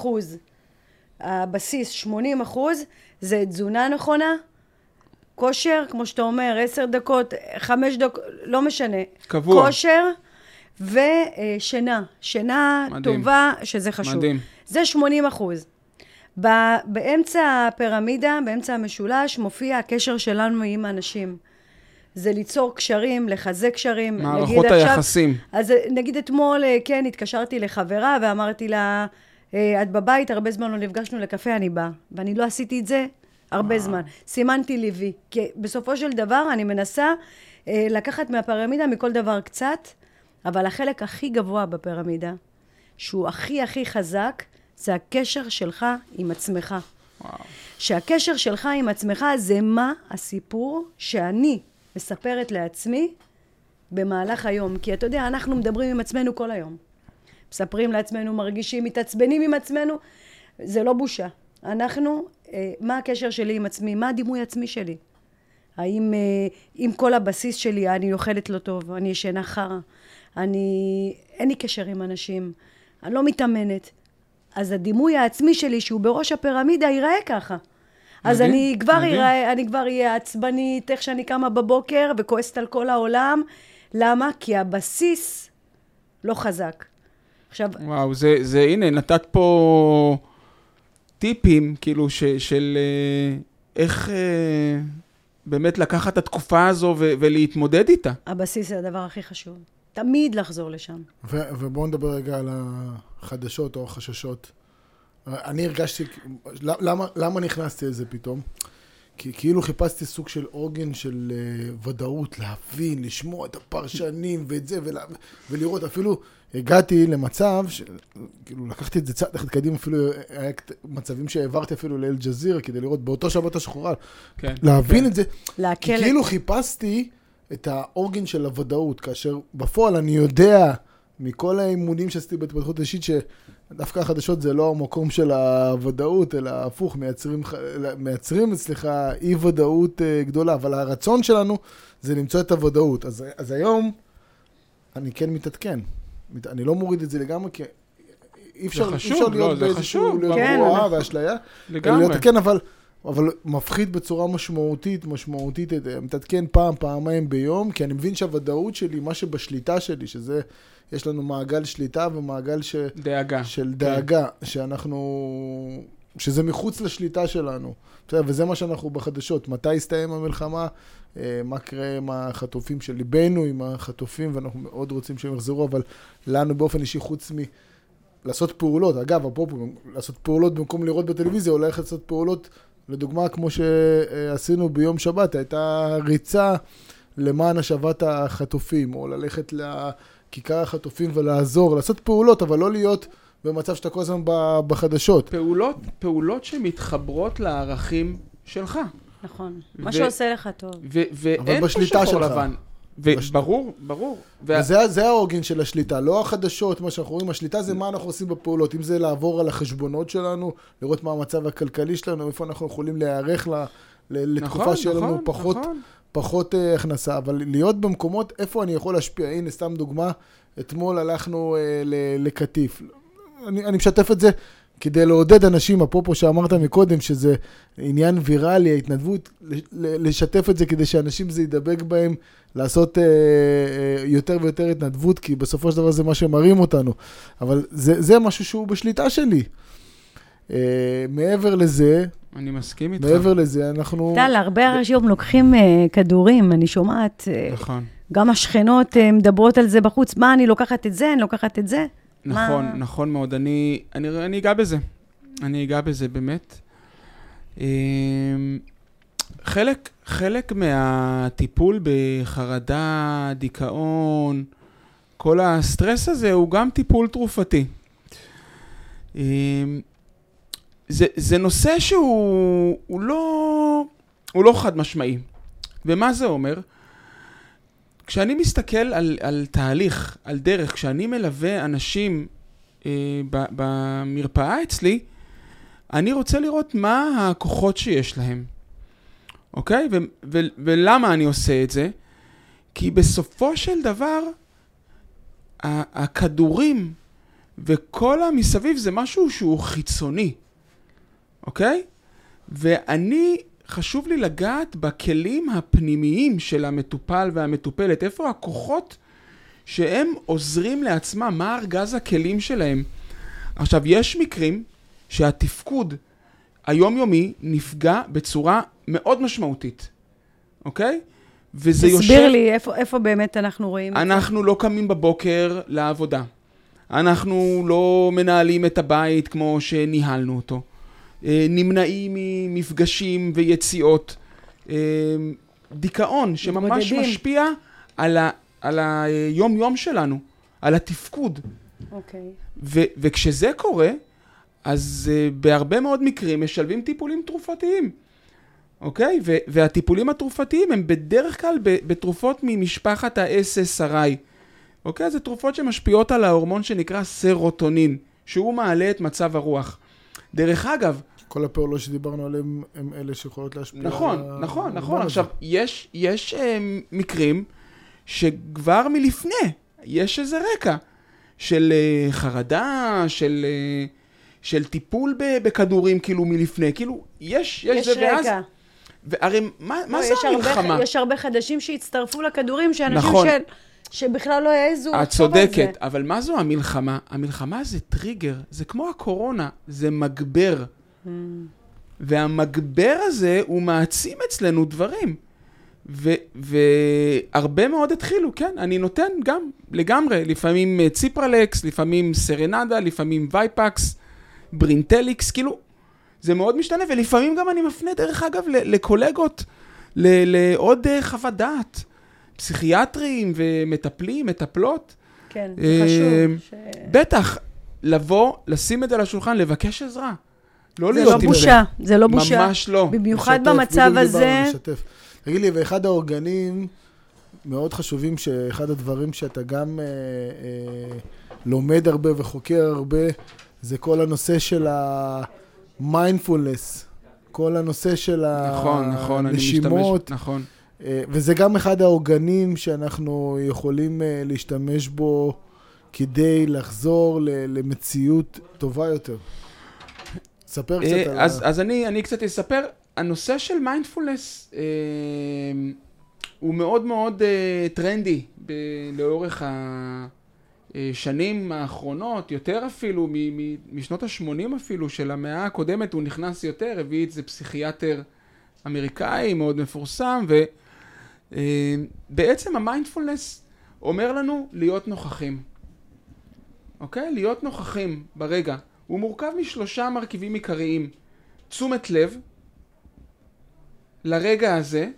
הבסיס 80%, זה תזונה נכונה, כושר, כמו שאתה אומר, 10 דקות, 5 דקות, לא משנה. קבוע. כושר ושינה. שינה מדהים. טובה, שזה חשוב. מדהים. זה 80%. באמצע הפירמידה, באמצע המשולש, מופיע הקשר שלנו עם האנשים. זה ליצור קשרים, לחזק קשרים. מערכות היחסים. אז נגיד אתמול, כן, התקשרתי לחברה ואמרתי לה, את בבית, הרבה זמן לא נפגשנו לקפה, אני באה. ואני לא עשיתי את זה הרבה זמן. סימנתי לי וי. כי בסופו של דבר אני מנסה לקחת מהפירמידה מכל דבר קצת, אבל החלק הכי גבוה בפירמידה, שהוא הכי חזק, זה הקשר שלך עם עצמך. שהקשר שלך עם עצמך זה מה הסיפור שאני מספרת לעצמי במהלך היום. כי אתה יודע, אנחנו מדברים עם עצמנו כל היום. מספרים לעצמנו, מרגישים, מתעצבנים עם עצמנו. זה לא בושה. אנחנו מה הקשר שלי עם עצמי, מה הדימוי העצמי שלי. האם עם כל הבסיס שלי אני אוכלת לא טוב, אני ישנה חרה, אין לי קשר עם אנשים, אני לא מתאמנת. אז הדימוי העצמי שלי שהוא בראש הפירמידה ייראה ככה. אז אני כבר אהיה עצבנית, איך שאני קמה בבוקר וכועסת על כל העולם. למה? כי הבסיס לא חזק. עכשיו... וואו, זה הנה, נתת פה טיפים, כאילו, של איך באמת לקחת את התקופה הזו ולהתמודד איתה. הבסיס זה הדבר הכי חשוב. תמיד לחזור לשם. ובואו נדבר רגע על החדשות או החששות. אני הרגשתי, למה נכנסתי לזה פתאום? כי כאילו חיפשתי סוג של עוגן של ודאות, להבין, לשמוע את הפרשנים ואת זה, ולראות. אפילו הגעתי למצב, כאילו לקחתי את זה צעד אחד קדימה, אפילו היה מצבים שהעברתי אפילו לאל ג'זירה, כדי לראות באותו שבת השחורה, להבין את זה. כי כאילו חיפשתי את העוגן של הוודאות, כאשר בפועל אני יודע מכל האימונים שעשיתי בהתפתחות אישית, שדווקא החדשות זה לא המקום של הוודאות, אלא הפוך, מייצרים אצלך אי ודאות גדולה, אבל הרצון שלנו זה למצוא את הוודאות. אז היום אני כן מתעדכן. אני לא מוריד את זה לגמרי, כי אי אפשר להיות באיזשהו גבוהה והשליה. לגמרי. להתעדכן, אבל מפחיד בצורה משמעותית, מתעדכן פעמיים ביום, כי אני מבין שהוודאות שלי, מה שבשליטה שלי, שזה, יש לנו מעגל שליטה ומעגל של דאגה, שזה מחוץ לשליטה שלנו. וזה מה שאנחנו בחדשות. מתי יסתיים המלחמה? מה קרה עם החטופים של ליבנו, עם החטופים, ואנחנו מאוד רוצים שהם יחזרו, אבל לנו באופן אישי חוץ לעשות פעולות. אגב, לעשות פעולות במקום לראות בטלוויזיה, אולי לעשות פעולות, לדוגמה, כמו שעשינו ביום שבת, הייתה ריצה למען השבת החטופים, או ללכת לכיכר החטופים ולעזור, לעשות פעולות, אבל לא להיות במצב שאתה כל הזמן בחדשות. פעולות שמתחברות לערכים שלך. נכון, מה שעושה לך טוב. ואין פה שחור לבן. ברור. וזה העוגן של השליטה, לא החדשות, מה שאנחנו רואים, השליטה זה מה אנחנו עושים בפעולות, אם זה לעבור על החשבונות שלנו, לראות מה המצב הכלכלי שלנו, איפה אנחנו יכולים להיערך לתקופה שיהיה לנו פחות הכנסה, אבל להיות במקומות, איפה אני יכול להשפיע, הנה סתם דוגמה, אתמול הלכנו לקטיף, אני משתף את זה, כדי לעודד אנשים, אפרופו שאמרת מקודם, שזה עניין ויראלי, ההתנדבות, לשתף את זה כדי שאנשים זה ידבק בהם, לעשות יותר ויותר התנדבות, כי בסופו של דבר זה מה שמראים אותנו. אבל זה משהו שהוא בשליטה שלי. מעבר לזה, אני מסכים איתך. מעבר לזה, אנחנו... טל, הרבה אנשים לוקחים כדורים, אני שומעת. נכון. גם השכנות מדברות על זה בחוץ, מה, אני לוקחת את זה, אני לוקחת את זה? נכון מאוד. אני אגע בזה באמת. חלק מהטיפול בחרדה, דיכאון, כל הסטרס הזה הוא גם טיפול תרופתי. זה נושא שהוא לא חד משמעי. ומה זה אומר? כשאני מסתכל על תהליך, על דרך, כשאני מלווה אנשים במרפאה אצלי, אני רוצה לראות מה הכוחות שיש להם. אוקיי? ולמה אני עושה את זה? כי בסופו של דבר, הכדורים וכל המסביב זה משהו שהוא חיצוני. אוקיי? ואני... חשוב לי לגעת בכלים הפנימיים של המטופל והמטופלת. איפה הכוחות שהם עוזרים לעצמם? מה ארגז הכלים שלהם? עכשיו, יש מקרים שהתפקוד היומיומי נפגע בצורה מאוד משמעותית. אוקיי? וזה יושב... תסביר לי, איפה באמת אנחנו רואים? אנחנו לא קמים בבוקר לעבודה. אנחנו לא מנהלים את הבית כמו שניהלנו אותו. נמנעים ממפגשים ויציאות, דיכאון שממש משפיע על היום-יום שלנו, על התפקוד. אוקיי. וכשזה קורה, אז בהרבה מאוד מקרים משלבים טיפולים תרופתיים. אוקיי? והטיפולים התרופתיים הם בדרך כלל בתרופות ממשפחת ה-SSRI. אוקיי? זה תרופות שמשפיעות על ההורמון שנקרא סרוטונין, שהוא מעלה את מצב הרוח. דרך אגב, כל הפעולות שדיברנו עליהן, הם אלה שיכולות להשפיע. נכון. עכשיו, יש מקרים שכבר מלפני, יש איזה רקע של חרדה, של טיפול בכדורים כאילו מלפני, כאילו, יש רקע. והרי מה זה המלחמה? יש הרבה חדשים שהצטרפו לכדורים, שאנשים שבכלל לא יעזו. את צודקת, אבל מה זו המלחמה? המלחמה זה טריגר, זה כמו הקורונה, זה מגבר. והמגבר הזה הוא מעצים אצלנו דברים. והרבה מאוד התחילו, כן, אני נותן גם לגמרי, לפעמים ציפרלקס, לפעמים סרנדה, לפעמים וייפקס, ברינטליקס, כאילו, זה מאוד משתנה, ולפעמים גם אני מפנה דרך אגב לקולגות, לעוד חוות דעת, פסיכיאטרים ומטפלים, מטפלות. כן, זה חשוב. בטח, לבוא, לשים את זה על השולחן, לבקש עזרה. זה לא בושה, זה לא בושה. ממש לא. במיוחד במצב הזה. תגיד לי, ואחד האורגנים מאוד חשובים, שאחד הדברים שאתה גם לומד הרבה וחוקר הרבה, זה כל הנושא של המיינדפולנס, כל הנושא של הנשימות. נכון. וזה גם אחד האורגנים שאנחנו יכולים להשתמש בו כדי לחזור למציאות טובה יותר. ספר קצת על... אז אני קצת אספר. הנושא של מיינדפולנס הוא מאוד מאוד טרנדי לאורך השנים האחרונות, יותר אפילו, משנות ה-80 אפילו, של המאה הקודמת, הוא נכנס יותר, הביא את זה פסיכיאטר אמריקאי מאוד מפורסם, ובעצם המיינדפולנס אומר לנו להיות נוכחים. אוקיי? להיות נוכחים ברגע. הוא מורכב משלושה מרכיבים עיקריים. תשומת לב, לרגע הזה,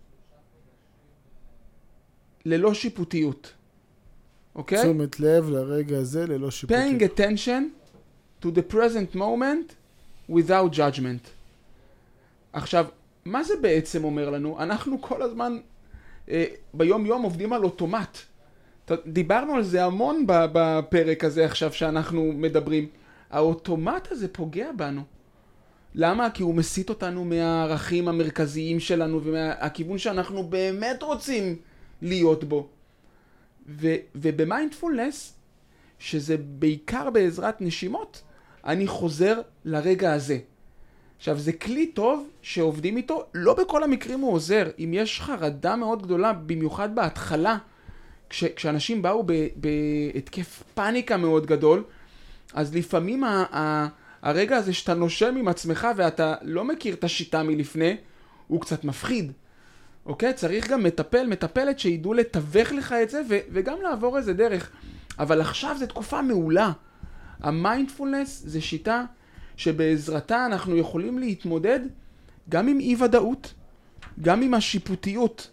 ללא שיפוטיות. אוקיי? תשומת לב לרגע הזה, ללא שיפוטיות. Paying attention to the present moment without judgment. עכשיו, מה זה בעצם אומר לנו? אנחנו כל הזמן ביום יום עובדים על אוטומט. דיברנו על זה המון בפרק הזה עכשיו שאנחנו מדברים. האוטומט הזה פוגע בנו. למה? כי הוא מסית אותנו מהערכים המרכזיים שלנו ומהכיוון שאנחנו באמת רוצים להיות בו. ובמיינדפולנס, שזה בעיקר בעזרת נשימות, אני חוזר לרגע הזה. עכשיו, זה כלי טוב שעובדים איתו, לא בכל המקרים הוא עוזר. אם יש חרדה מאוד גדולה, במיוחד בהתחלה, כשאנשים באו בהתקף פאניקה מאוד גדול, אז לפעמים הרגע הזה שאתה נושם עם עצמך ואתה לא מכיר את השיטה מלפני, הוא קצת מפחיד. אוקיי? צריך גם מטפלת שידעו לתווך לך את זה וגם לעבור איזה דרך. אבל עכשיו זו תקופה מעולה. המיינדפולנס זה שיטה שבעזרתה אנחנו יכולים להתמודד גם עם אי-ודאות, גם עם השיפוטיות.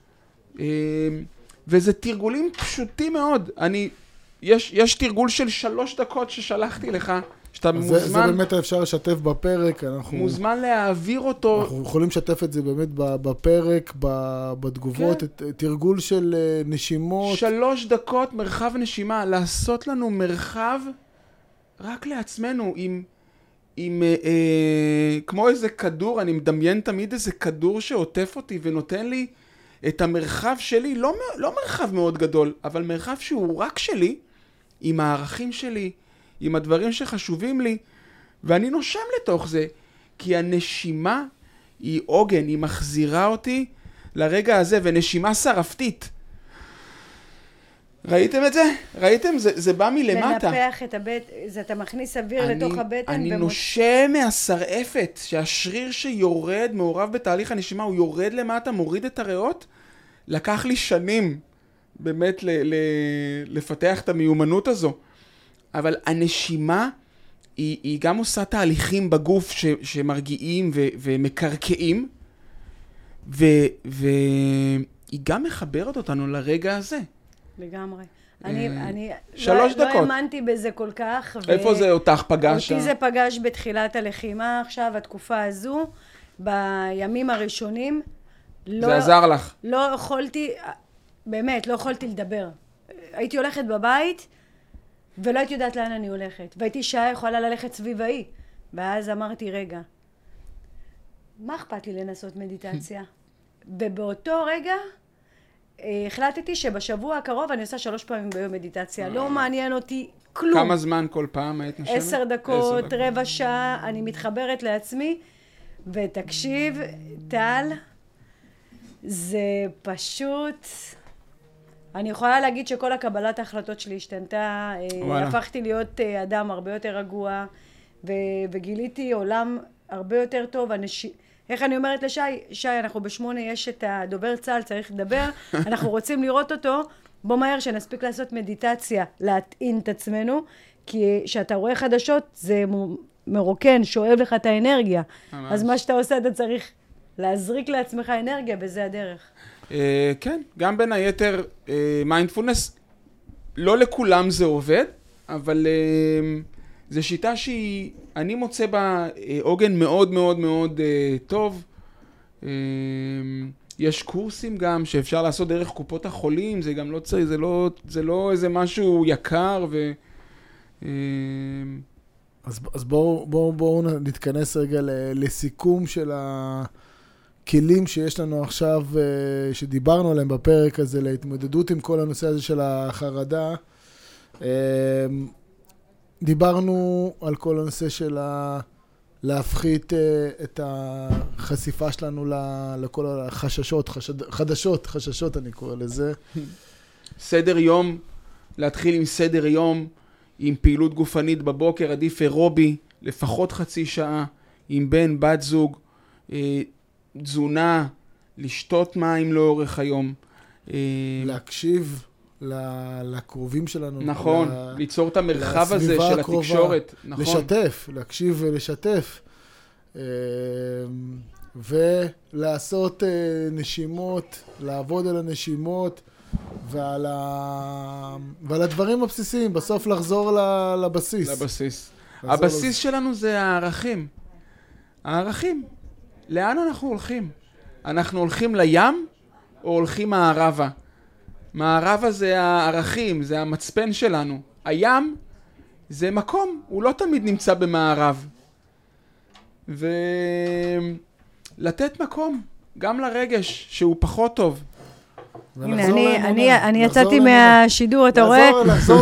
וזה תרגולים פשוטים מאוד. יש תרגול של 3 דקות ששלחתי לך, שאתה מוזמן... זה באמת אפשר לשתף בפרק. מוזמן להעביר אותו. אנחנו יכולים לשתף את זה באמת בפרק, בתגובות, כן. תרגול של נשימות. 3 דקות מרחב נשימה, לעשות לנו מרחב רק לעצמנו, כמו איזה כדור, אני מדמיין תמיד איזה כדור שעוטף אותי ונותן לי את המרחב שלי, לא מרחב מאוד גדול, אבל מרחב שהוא רק שלי, עם הערכים שלי, עם הדברים שחשובים לי, ואני נושם לתוך זה, כי הנשימה היא עוגן, היא מחזירה אותי לרגע הזה, ונשימה שרפתית. ראיתם את זה? ראיתם? זה בא מלמטה. לנפח את הבטן, אתה מכניס אוויר לתוך הבטן. אני נושם מהשרעפת, שהשריר שיורד, מעורב בתהליך הנשימה, הוא יורד למטה, מוריד את הריאות. לקח לי שנים באמת לפתח את המיומנות הזו. אבל הנשימה היא גם עושה תהליכים בגוף שמרגיעים ומקרקעים, והיא גם מחברת אותנו לרגע הזה. לגמרי. אני 3 דקות. לא האמנתי בזה כל כך. איפה זה אותך פגש? אותי זה פגש בתחילת הלחימה עכשיו, התקופה הזו, בימים הראשונים. זה עזר לך. לא יכולתי, באמת, לא יכולתי לדבר. הייתי הולכת בבית, ולא הייתי יודעת לאן אני הולכת. והייתי שעה יכולה ללכת סביבאי. ואז אמרתי, רגע, מה אכפת לי לנסות מדיטציה? ובאותו רגע החלטתי שבשבוע הקרוב אני עושה 3 פעמים ביום מדיטציה. לא מעניין אותי כלום. כמה זמן כל פעם היית נשמת? 10 דקות, רבע שעה, אני מתחברת לעצמי. ותקשיב, טל, זה פשוט... אני יכולה להגיד שכל הקבלת ההחלטות שלי השתנתה. הפכתי להיות אדם הרבה יותר רגוע, וגיליתי עולם הרבה יותר טוב. איך אני אומרת לשי? שי, אנחנו ב8, יש את הדובר צה"ל, צריך לדבר, אנחנו רוצים לראות אותו, בוא מהר שנספיק לעשות מדיטציה, להטעין את עצמנו, כי כשאתה רואה חדשות זה מרוקן, שואב לך את האנרגיה. ממש. אז מה שאתה עושה, אתה צריך להזריק לעצמך אנרגיה, וזה הדרך. כן, גם בין היתר מיינדפולנס, לא לכולם זה עובד, אבל זו שיטה שאני מוצא בה עוגן מאוד מאוד מאוד טוב. יש קורסים גם שאפשר לעשות דרך קופות החולים, זה גם לא צריך, זה לא איזה משהו יקר אז בואו נתכנס רגע לסיכום של הכלים שיש לנו עכשיו, שדיברנו עליהם בפרק הזה, להתמודדות עם כל הנושא הזה של החרדה. דיברנו על כל הנושא של להפחית את החשיפה שלנו לכל החששות, חששות אני קורא לזה. סדר יום, להתחיל עם סדר יום, עם פעילות גופנית בבוקר, עדיף אירובי, לפחות חצי שעה, עם בן, בת זוג, תזונה, לשתות מים לאורך היום. להקשיב לקרובים שלנו. נכון, ליצור את המרחב הזה של התקשורת. נכון. לשתף, להקשיב ולשתף. ולעשות נשימות, לעבוד על הנשימות, ועל הדברים הבסיסיים, בסוף לחזור לבסיס. הבסיס שלנו זה הערכים. הערכים. לאן אנחנו הולכים? אנחנו הולכים לים או הולכים מערבה? מערבה זה הערכים, זה המצפן שלנו. הים זה מקום, הוא לא תמיד נמצא במערב. ולתת מקום, גם לרגש שהוא פחות טוב. הנה, אני יצאתי מהשידור, אתה רואה?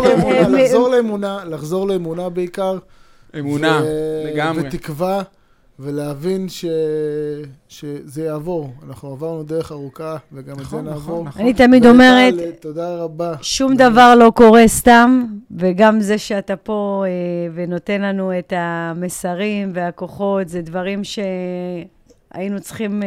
לחזור לאמונה בעיקר. אמונה, לגמרי. ותקווה, ולהבין שזה יעבור. אנחנו עברנו דרך ארוכה, וגם את זה נעבור. אני תמיד אומרת, תודה רבה. שום דבר לא קורה סתם, וגם זה שאתה פה ונותן לנו את המסרים והכוחות, זה דברים שהיינו צריכים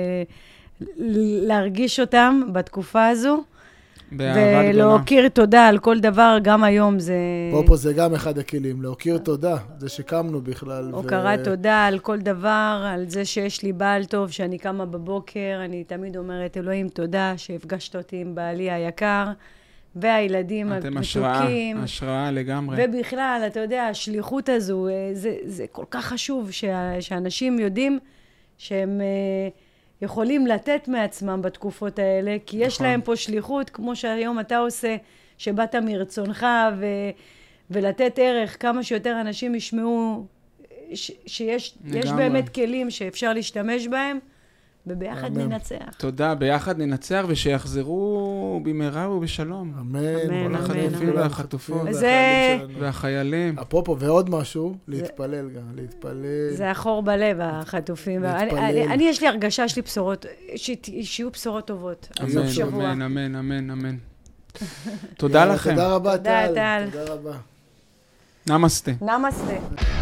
להרגיש אותם בתקופה הזו. ולהוקיר תודה על כל דבר, גם היום זה... פה זה גם אחד הכלים, להוקיר תודה, זה שקמנו בכלל. הוקרת תודה על כל דבר, על זה שיש לי בעל טוב, שאני קמה בבוקר, אני תמיד אומרת, אלוהים תודה שהפגשת אותי עם בעלי היקר, והילדים המתוקים. אתם השראה לגמרי. ובכלל, אתה יודע, השליחות הזו, זה כל כך חשוב שאנשים יודעים שהם... יכולים לתת מעצמם בתקופות האלה, כי יש להם פה שליחות, כמו שהיום אתה עושה, שבאת מרצונך, ולתת ערך, כמה שיותר אנשים ישמעו, שיש באמת כלים שאפשר להשתמש בהם, וביחד ננצח. תודה, ביחד ננצח, ושיחזרו במהרה ובשלום. אמן. כל החטופים והחטופות. והחיילים. אפרופו, ועוד משהו, להתפלל גם, להתפלל. זה החור בלב, החטופים. אני יש לי הרגשה, יש לי בשורות, שיהיו בשורות טובות. אמן. תודה לכם. תודה רבה, טל. תודה רבה. נמסטה. נמסטה.